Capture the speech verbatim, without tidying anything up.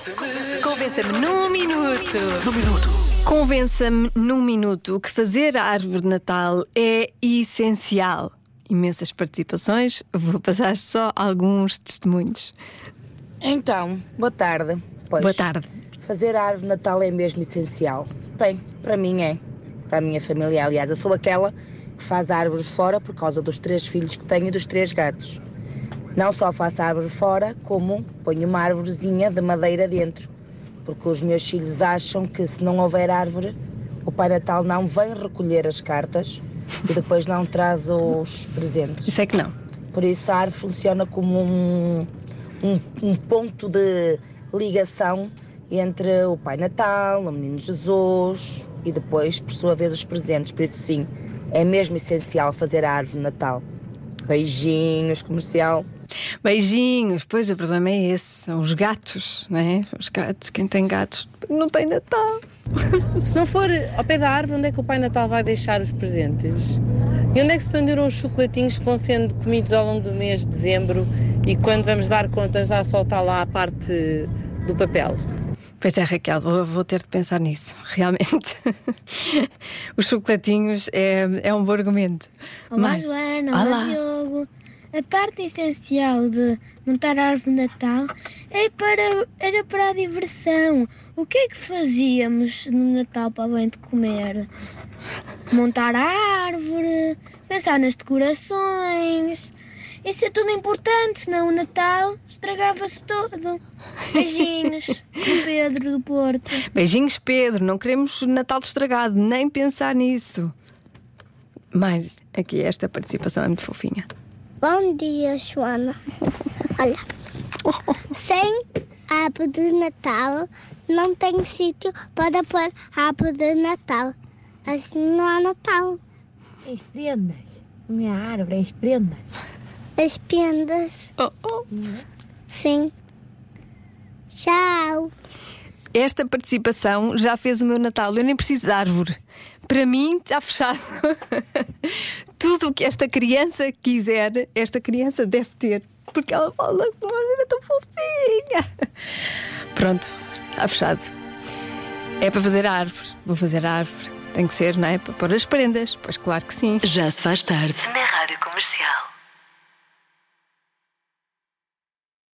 Convença-me num minuto. Num minuto. Convença-me num minuto que fazer a árvore de Natal é essencial. Imensas participações, vou passar só alguns testemunhos. Então, boa tarde. Pois, Boa tarde. fazer a árvore de Natal é mesmo essencial. Bem, para mim é. Para a minha família, aliás. Eu sou aquela que faz a árvore fora por causa dos três filhos que tenho e dos três gatos. Não só faço a árvore fora, como ponho uma árvorezinha de madeira dentro. Porque os meus filhos acham que se não houver árvore, o Pai Natal não vem recolher as cartas e depois não traz os presentes. Isso é que não. Por isso a árvore funciona como um, um, um ponto de ligação entre o Pai Natal, o Menino Jesus e depois, por sua vez, os presentes. Por isso sim, é mesmo essencial fazer a árvore de Natal. Beijinhos, comercial. Beijinhos, pois o problema é esse, são os gatos, não é? Os gatos, quem tem gatos não tem Natal. Se não for ao pé da árvore, onde é que o Pai Natal vai deixar os presentes? E onde é que se penduram os chocolatinhos que vão sendo comidos ao longo do mês de dezembro e quando vamos dar contas já só está lá a parte do papel? Pois é, Raquel, vou, vou ter de pensar nisso, realmente. Os chocolatinhos é, é um bom argumento. Olá, Mas, Joana, olá. olá, Diogo. A parte essencial de montar a árvore de Natal é para, era para a diversão. O que é que fazíamos no Natal para além de comer? Montar a árvore, pensar nas decorações. Isso é tudo importante, senão o Natal estragava-se todo. Beijinhos, do Pedro do Porto. Beijinhos, Pedro, não queremos Natal estragado, nem pensar nisso. Mas aqui esta participação é muito fofinha. Bom dia, Joana. Olha, sem árvore de Natal não tem sítio para pôr árvore de Natal. Assim não há Natal. As prendas. Minha árvore, as prendas. As prendas. Oh, oh. Sim. Tchau. Esta participação já fez o meu Natal. Eu nem preciso de árvore. Para mim está fechado. Tudo o que esta criança quiser, esta criança deve ter. Porque ela fala de uma maneira tão fofinha. Pronto, está fechado. É para fazer a árvore. Vou fazer a árvore. Tem que ser, não é? Para pôr as prendas. Pois claro que sim. Já se faz tarde na Rádio Comercial.